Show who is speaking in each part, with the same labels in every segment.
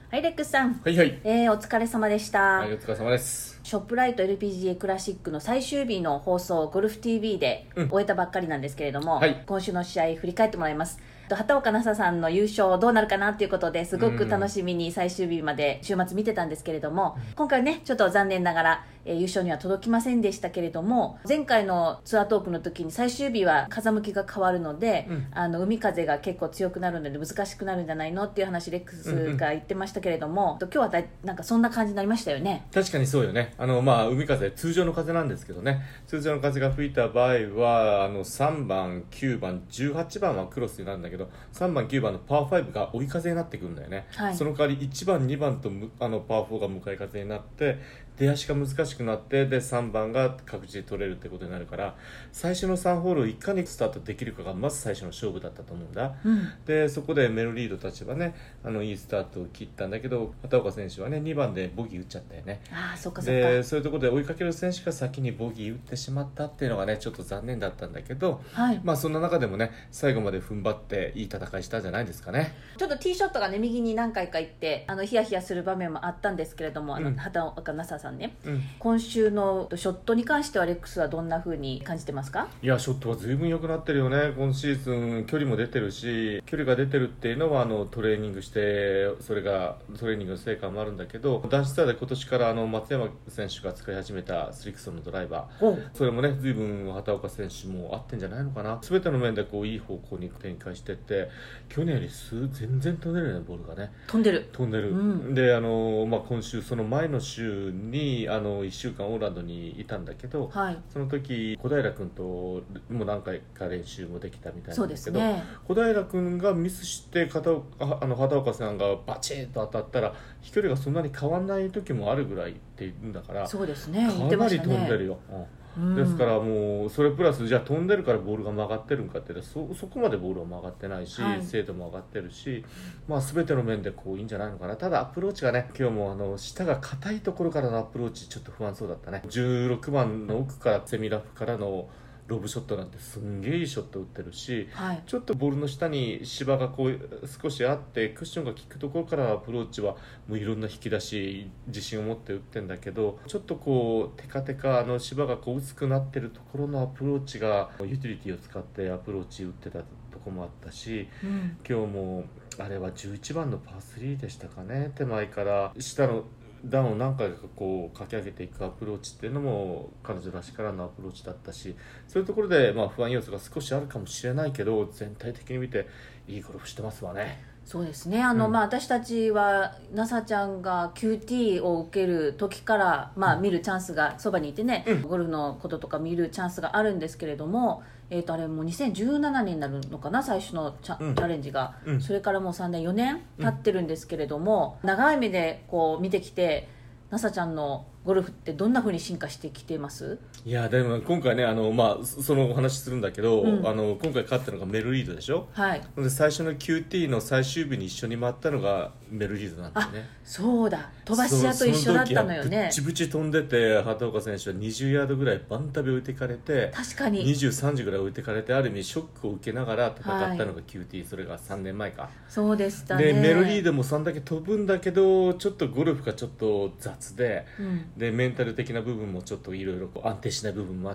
Speaker 1: はい、レックスさん。
Speaker 2: はいはい。
Speaker 1: お疲れ様でした。
Speaker 2: はい、お疲れ様です。
Speaker 1: ショップライト LPGA クラシックの最終日の放送をゴルフ TV で終えたばっかりなんですけれども、
Speaker 2: はい、
Speaker 1: 今週の試合振り返ってもらいます。畑岡奈紗さんの優勝どうなるかなっていうことですごく楽しみに最終日まで週末見てたんですけれども、今回ねちょっと残念ながら、優勝には届きませんでしたけれども、前回のツアートークの時に最終日は風向きが変わるので、海風が結構強くなるので難しくなるんじゃないのっていう話レックスが言ってましたけれども、今日はなんかそんな感じになりましたよね。
Speaker 2: 確かにそうよね。海風、通常の風なんですけどね、通常の風が吹いた場合は3番、9番、18番はクロスになるんだけど、3番、9番のパー5が追い風になってくるんだよね、
Speaker 1: はい、
Speaker 2: その代わり1番、2番とパー4が向かい風になって出足が難しくなって、で3番が確実に取れるってことになるから、最初の3ホールをいかにスタートできるかがまず最初の勝負だったと思うんだ、でそこでメルリードたちはねいいスタートを切ったんだけど、畑岡選手はね2番でボギー打っちゃったよね。
Speaker 1: そっかそっか。
Speaker 2: でそういうところで追いかける選手が先にボギー打ってしまったっていうのがねちょっと残念だったんだけど、
Speaker 1: はい、
Speaker 2: そんな中でもね最後まで踏ん張っていい戦いしたんじゃないですかね。
Speaker 1: ちょっとティーショットがね右に何回か行ってヒヤヒヤする場面もあったんですけれども、畑岡奈紗さんね、今週のショットに関してはレックスはどんな風に感じてますか？
Speaker 2: いやショットは随分良くなってるよね。今シーズン距離も出てるし、距離が出てるっていうのはトレーニングしてそれがトレーニングの成果もあるんだけど、男子ツアーで今年から松山選手が使い始めたスリクソンのドライバー、それもね随分畑岡選手も合ってんじゃないのかな。全ての面でいい方向に展開してって去年より全然飛んでるよね、ボールがね。
Speaker 1: 飛んでる、
Speaker 2: で今週その前の週に1週間オーランドにいたんだけど、
Speaker 1: はい、
Speaker 2: その時小平君ともう何回か練習もできたみたいなんですけど、
Speaker 1: ね、
Speaker 2: 小平君がミスして畑岡さんがバチッと当たったら飛距離がそんなに変わらない時もあるぐらいって言うんだから、
Speaker 1: そうですね、
Speaker 2: かなり飛んでるよ、ですからもうそれプラスじゃあ飛んでるからボールが曲がってるんかってそこまでボールは曲がってないし、精度も上がってるし、全ての面でいいんじゃないのかな。ただアプローチがね今日も下が硬いところからのアプローチちょっと不安そうだったね。16番の奥からセミラフからのロブショットなんてすんげえいいショット打ってるし、ちょっとボールの下に芝が少しあってクッションが効くところからアプローチはもういろんな引き出し自信を持って打ってんだけど、ちょっとテカテカ芝が薄くなってるところのアプローチがユーティリティを使ってアプローチ打ってたとこもあったし、今日もあれは11番のパー3でしたかね、手前から下の段を何回か駆け上げていくアプローチっていうのも彼女らしからのアプローチだったし、そういうところで不安要素が少しあるかもしれないけど、全体的に見ていいゴルフしてますわね。
Speaker 1: そうですね、私たちは奈紗ちゃんが QT を受ける時から、見るチャンスがそばにいてね、ゴルフのこととか見るチャンスがあるんですけれども、あれもう2017年になるのかな、最初のチャレンジが、それからもう3年4年経ってるんですけれども、長い目で見てきて奈紗ちゃんのゴルフってどんな風に進化してきてます？
Speaker 2: いやでも今回ねそのお話するんだけど、今回勝ったのがメルリードでしょ、で最初の QT の最終日に一緒に回ったのがメルリードなんだよね。
Speaker 1: そうだ、飛ばし屋と一緒だったのよね。
Speaker 2: その時はブチブチ飛んでて、畑岡選手は20ヤードぐらいバンタビ置いてかれて、
Speaker 1: 確かに
Speaker 2: 23時ぐらい置いてかれて、ある意味ショックを受けながら戦ったのが QT、それが3年前か。
Speaker 1: そうでしたね。
Speaker 2: でメルリードもそんだけ飛ぶんだけど、ちょっとゴルフがちょっと雑で、でメンタル的な部分もちょっといろいろ安定しない部分もあって、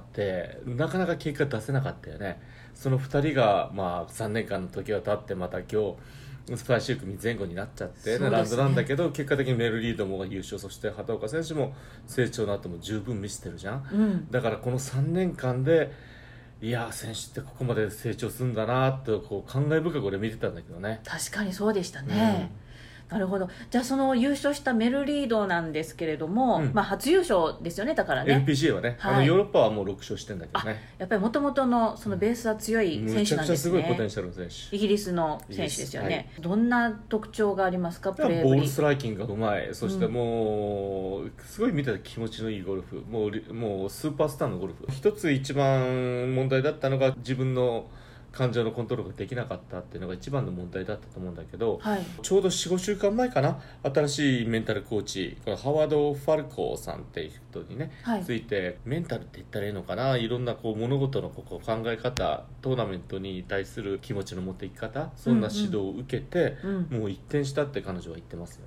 Speaker 2: なかなか結果出せなかったよね。その2人が3年間の時が経ってまた今日最終組前後になっちゃって、ラウンドなんだけど、結果的にメルリードも優勝、そして畑岡選手も成長の後も十分見せてるじゃん、だからこの3年間でいや選手ってここまで成長するんだなと感慨深く俺見てたんだけどね。
Speaker 1: 確かにそうでしたね、なるほど。じゃあその優勝したメルリードなんですけれども、初優勝ですよね、だからね
Speaker 2: LPGA はね、ヨーロッパはもう6勝してんだけどね。
Speaker 1: やっぱりもともとのそのベースは強い選手なんですね。
Speaker 2: めちゃくちゃすごいポテンシャルの選手、
Speaker 1: イギリスの選手ですよね、どんな特徴がありますか？プレーぶり。
Speaker 2: ボールストライキングがうまい、そしてもうすごい見てて気持ちのいいゴルフ、もうスーパースターのゴルフ。一つ一番問題だったのが自分の感情のコントロールができなかったっていうのが一番の問題だったと思うんだけど、ちょうど 4,5 週間前かな、新しいメンタルコーチ、このハワード・ファルコーさんっていう人にね、ついて、メンタルって言ったらいいのかな、いろんな物事の考え方、トーナメントに対する気持ちの持っていき方、そんな指導を受けて、もう一転したって彼女は言ってますよね。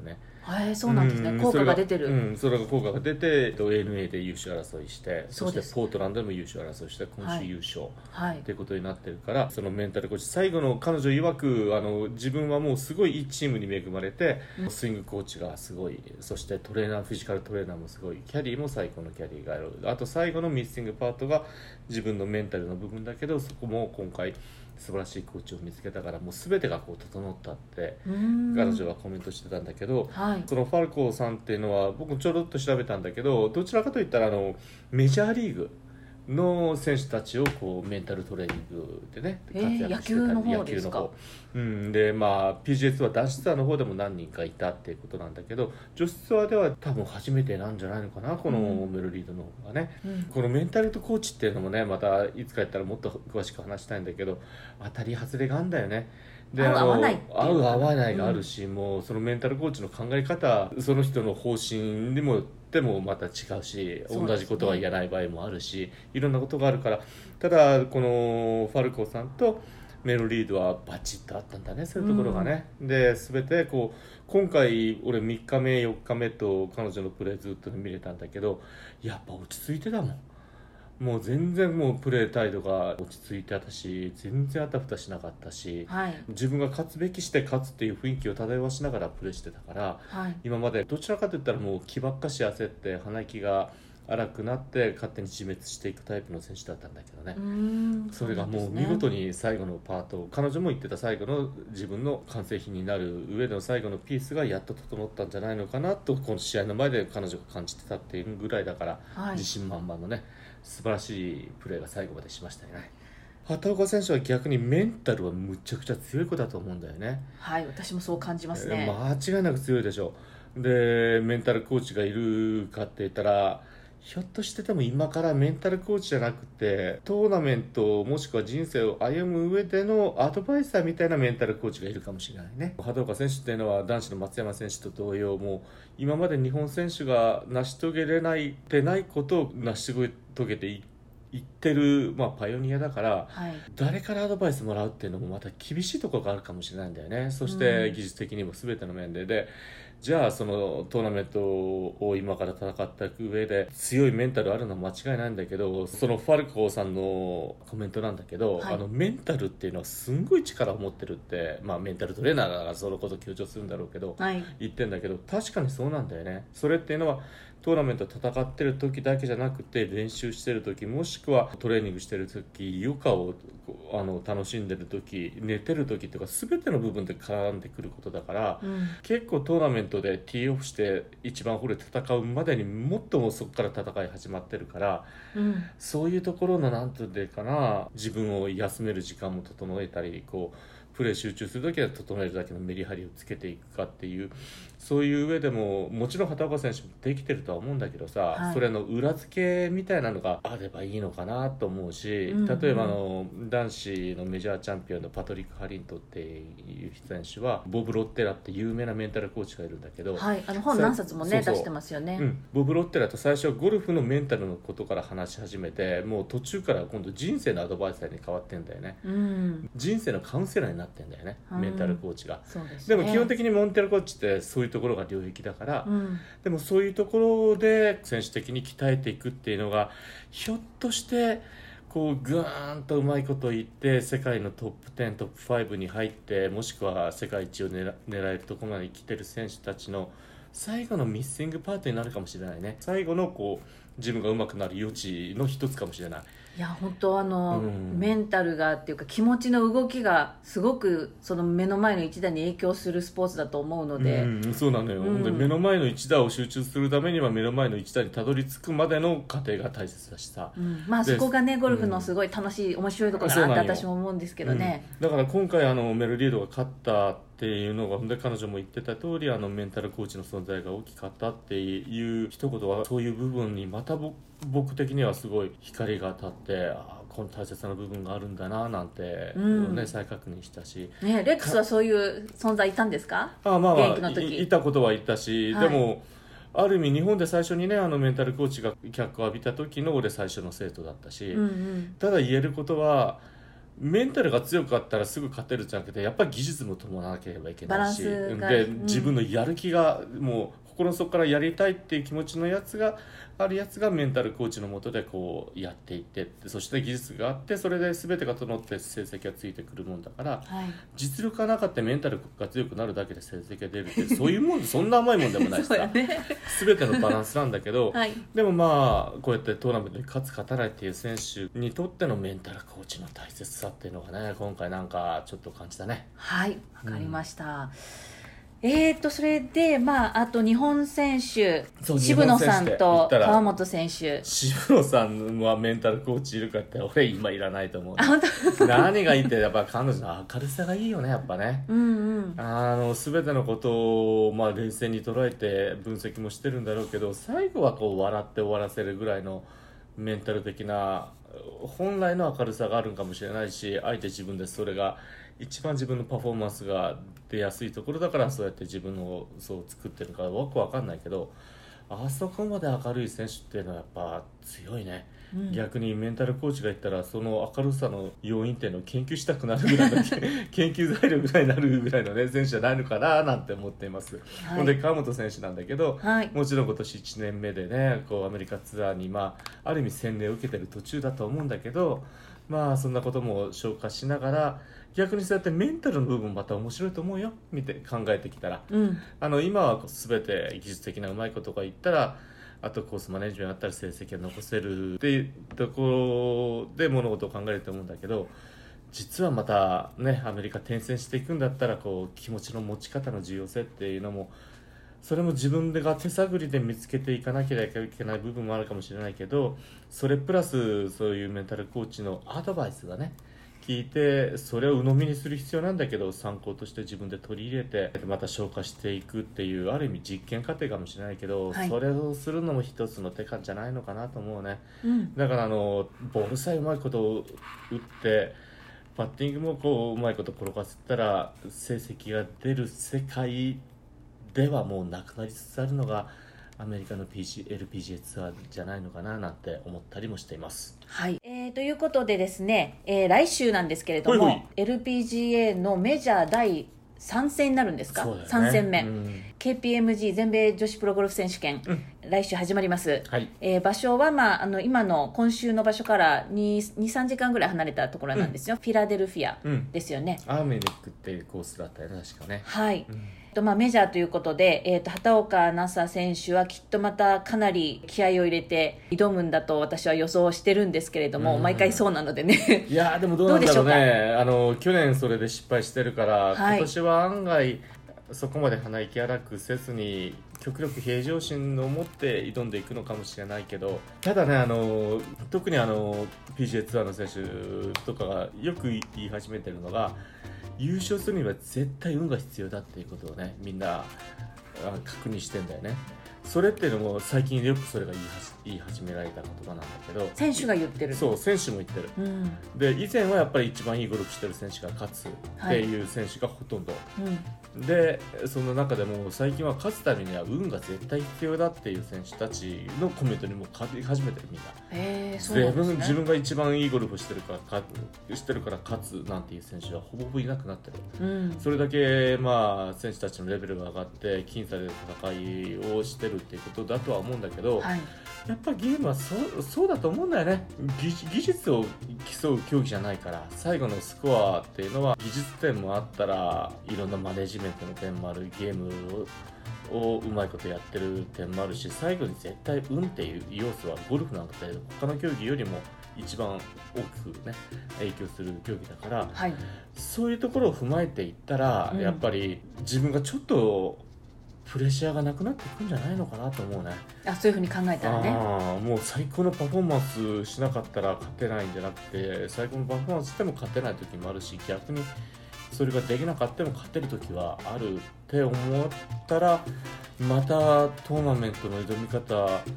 Speaker 1: そうなんですね、効果が出てる。
Speaker 2: それが効果が出て ANA で優勝争いして、そしてポートランドでも優勝争いして今週優勝、っていうことになってるから、そのメンタルコーチ最後の彼女曰く自分はもうすごいいいチームに恵まれて、スイングコーチがすごい、そしてトレーナーフィジカルトレーナーもすごい、キャリーも最高のキャリーがある、あと最後のミッシングパートが自分のメンタルの部分だけど、そこも今回素晴らしいコーチを見つけたから、もう全てがこう整ったって彼女はコメントしてたんだけど、そのファルコさんっていうのは僕ちょろっと調べたんだけど、どちらかといったらメジャーリーグの選手たちをこうメンタルトレーニングでね活躍してたり、
Speaker 1: 野球の方
Speaker 2: でPGA ツアー男子ツアーの方でも何人かいたっていうことなんだけど、女子ツアーでは多分初めてなんじゃないのかな、このメルリードの方がね、このメンタルコーチっていうのもね、またいつかやったらもっと詳しく話したいんだけど、当たり外れがあるんだよね。で
Speaker 1: 合う合わない
Speaker 2: 合う合わないがあるし、もうそのメンタルコーチの考え方、その人の方針にもでもまた違うし、同じことは言えない場合もあるし、いろんなことがあるから、ただこのファルコさんとメルリードはバチッとあったんだね、そういうところがね、で全てこう今回俺3日目4日目と彼女のプレーずっと見れたんだけど、やっぱ落ち着いてたもん。もう全然もうプレー態度が落ち着いてたし、全然あたふたしなかったし、自分が勝つべきして勝つっていう雰囲気を漂わしながらプレーしてたから、今までどちらかといったらもう気ばっかし焦って鼻息が荒くなって勝手に自滅していくタイプの選手だったんだけどね、それがもう見事に最後のパート、彼女も言ってた最後の自分の完成品になる上での最後のピースがやっと整ったんじゃないのかなと、この試合の前で彼女が感じてたっていうぐらいだから、自信満々のね素晴らしいプレーが最後までしましたよね。畑岡選手は逆にメンタルはむちゃくちゃ強い子だと思うんだよね。
Speaker 1: 私もそう感じますね。
Speaker 2: 間違いなく強いでしょ。でメンタルコーチがいるかって言ったら、ひょっとしてでも今からメンタルコーチじゃなくてトーナメントもしくは人生を歩む上でのアドバイザーみたいなメンタルコーチがいるかもしれないね。畑岡選手っていうのは男子の松山選手と同様、もう今まで日本選手が成し遂げれないってないことを成し遂げて言ってる、パイオニアだから、誰からアドバイスもらうっていうのもまた厳しいところがあるかもしれないんだよね。そして技術的にも全ての面で、じゃあそのトーナメントを今から戦っていく上で強いメンタルあるのは間違いないんだけど、そのファルコさんのコメントなんだけど、メンタルっていうのはすんごい力を持ってるって、メンタルトレーナーがそのことを強調するんだろうけど、言ってんだけど、確かにそうなんだよね。それっていうのはトーナメント戦ってる時だけじゃなくて、練習してる時もしくはトレーニングしてる時、余暇を楽しんでる時、寝てる時とか全ての部分で絡んでくることだから、結構トーナメントでティーオフして1番ホールで戦うまでにもっともそこから戦い始まってるから、そういうところのなんていうかな、自分を休める時間も整えたり、こうプレー集中するときは整えるだけのメリハリをつけていくかっていう、そういう上でももちろん畑岡選手もできてるとは思うんだけどさ、それの裏付けみたいなのがあればいいのかなと思うし、例えば男子のメジャーチャンピオンのパトリック・ハリントンっていう選手はボブ・ロッテラって有名なメンタルコーチがいるんだけど、
Speaker 1: 本何冊もね出してますよね。
Speaker 2: ボブ・ロッテラと最初はゴルフのメンタルのことから話し始めて、もう途中から今度人生のアドバイザーに変わってんだよね、人生のカウンセラーになってんだよね、メンタルコーチが。でも基本的にメンタルコーチってそういうところが領域だから、でもそういうところで選手的に鍛えていくっていうのが、ひょっとしてこうグーンとうまいこと言って世界のトップ10トップ5に入って、もしくは世界一を狙えるところまで来てる選手たちの最後のミッシングパートになるかもしれないね。最後のこう自分が上手くなる余地の一つかもしれない。
Speaker 1: いや本当メンタルがっていうか気持ちの動きがすごくその目の前の一打に影響するスポーツだと思うので、
Speaker 2: そうなのよ、目の前の一打を集中するためには目の前の一打にたどり着くまでの過程が大切だしさ、
Speaker 1: そこがねゴルフのすごい楽しい、面白いところだなって私も思うんですけどね、
Speaker 2: だから今回メルリードが勝ったっていうのが、で彼女も言ってた通りメンタルコーチの存在が大きかったっていう一言は、そういう部分にまた僕的にはすごい光が当たって、この大切な部分があるんだななんて、再確認したし、
Speaker 1: レックスはそういう存在いたんですか？現役の時
Speaker 2: いたことはいたし、でもある意味日本で最初にねメンタルコーチが脚光を浴びた時の俺最初の生徒だったし、ただ言えることはメンタルが強かったらすぐ勝てるじゃなくて、やっぱり技術も伴わなければいけないし、
Speaker 1: バランスが
Speaker 2: で自分のやる気が、もう心の底からやりたいっていう気持ちのやつがあるやつがメンタルコーチのもとでこうやっていって、そして技術があって、それで全てが整って成績がついてくるもんだから、
Speaker 1: はい、
Speaker 2: 実力がなかったメンタルが強くなるだけで成績が出るってそういうもんそんな甘いもんでもないしさ、
Speaker 1: ね、
Speaker 2: 全てのバランスなんだけど、
Speaker 1: はい、
Speaker 2: でもまあこうやってトーナメントに勝つ勝たないっていう選手にとってのメンタルコーチの大切さっていうのがね、今回なんかちょっと感じたね。
Speaker 1: はい、わかりました、それで、あと日本選手、渋野さんと川本選手。
Speaker 2: 渋野さんはメンタルコーチいるかって俺今いらないと思う、ね、
Speaker 1: あ、本当
Speaker 2: 何がいいってやっぱ彼女の明るさがいいよね、やっぱね。全てのことを、冷静に捉えて分析もしてるんだろうけど、最後はこう笑って終わらせるぐらいのメンタル的な本来の明るさがあるかもしれないし、あえて自分でそれが一番自分のパフォーマンスが出やすいところだからそうやって自分をそう作ってるからよく分かんないけど、あそこまで明るい選手っていうのはやっぱ強いね、逆にメンタルコーチが言ったらその明るさの要因っていうのを研究したくなるぐらいの研究材料ぐらいになるぐらいの、選手じゃないのかななんて思っています、ほんで川本選手なんだけど、もちろん今年1年目でねこうアメリカツアーに、ある意味洗礼を受けてる途中だと思うんだけど、そんなことも消化しながら逆にそうやってメンタルの部分また面白いと思うよ、見て考えてきたら、今は全て技術的なうまいことが言ったらあとコースマネジメントあったら成績が残せるっていうところで物事を考えると思うんだけど、実はまたねアメリカ転戦していくんだったらこう気持ちの持ち方の重要性っていうのもそれも自分が手探りで見つけていかなきゃいけない部分もあるかもしれないけど、それプラスそういうメンタルコーチのアドバイスがね聞いてそれを鵜呑みにする必要なんだけど参考として自分で取り入れてまた消化していくっていうある意味実験過程かもしれないけど、それをするのも一つの手じゃないのかなと思うね、だからボールさえうまいことを打ってバッティングもこううまいこと転がせたら成績が出る世界ではもうなくなりつつあるのがアメリカの LPGA ツアーじゃないのかななんて思ったりもしています。
Speaker 1: はい、ということでですね、来週なんですけれども、LPGA のメジャー第3戦になるんですか、3戦目、KPMG 全米女子プロゴルフ選手権、来週始まります、場所は、今の今週の場所から2、3時間ぐらい離れたところなんですよ、フィラデルフィアですよね、
Speaker 2: アーメニックっていうコースだったよね確かね。
Speaker 1: はい、メジャーということで、畑岡奈紗選手はきっとまたかなり気合を入れて挑むんだと私は予想してるんですけれども、毎回そうなのでね
Speaker 2: いやでもどうなんだろうね、去年それで失敗してるから、今年は案外そこまで鼻息荒くせずに極力平常心を持って挑んでいくのかもしれないけど、ただね特にPGA ツアーの選手とかがよく言い始めてるのが優勝するには絶対運が必要だっていうことをねみんな確認してんだよね。それっていうのも最近よくそれが言い始められた言葉なんだけど、
Speaker 1: 選手が言ってる。
Speaker 2: そう選手も言ってる、で以前はやっぱり一番いいゴルフしてる選手が勝つっていう選手がほとんど、でその中でも最近は勝つためには運が絶対必要だっていう選手たちのコメントにも書き始めてるみんな。
Speaker 1: そうなんですね。
Speaker 2: 自分が一番いいゴルフしてるから勝つなんていう選手はほぼほぼいなくなってる、それだけ選手たちのレベルが上がって僅差で戦いをしてるっていうことだとは思うんだけど、やっぱりゲームはそうだと思うんだよね。技術を競う競技じゃないから、最後のスコアっていうのは技術点もあったらいろんなマネジメントの点もある、ゲームをうまいことやってる点もあるし、最後に絶対運っていう要素はゴルフなんかで他の競技よりも一番大きくね影響する競技だから、そういうところを踏まえていったら、やっぱり自分がちょっとプレッシャーがなくなっていくんじゃないのかなと思うね。
Speaker 1: そういうふうに考えたらね。
Speaker 2: もう最高のパフォーマンスしなかったら勝てないんじゃなくて、最高のパフォーマンスしても勝てない時もあるし、逆にそれができなかったも勝てる時はあるって思ったら、またトーナメントの挑み方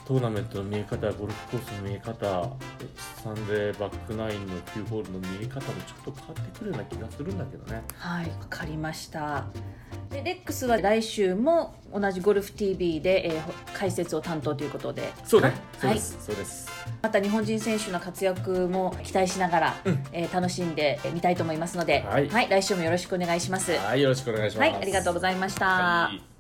Speaker 2: トーナメントの見え方、ゴルフコースの見え方、サンデーバックナインの9ホールの見え方もちょっと変わってくるような気がするんだけどね。
Speaker 1: はい、わかりました。でレックスは来週も同じゴルフ TV で、解説を担当ということで。
Speaker 2: そうね、そう
Speaker 1: はい、
Speaker 2: です、そうです。
Speaker 1: また日本人選手の活躍も期待しながら、楽しんでみたいと思いますので、
Speaker 2: はい、
Speaker 1: はい、来週もよろしくお願いします。
Speaker 2: はい、よろしくお願いします。
Speaker 1: はい、ありがとうございました。
Speaker 2: はい。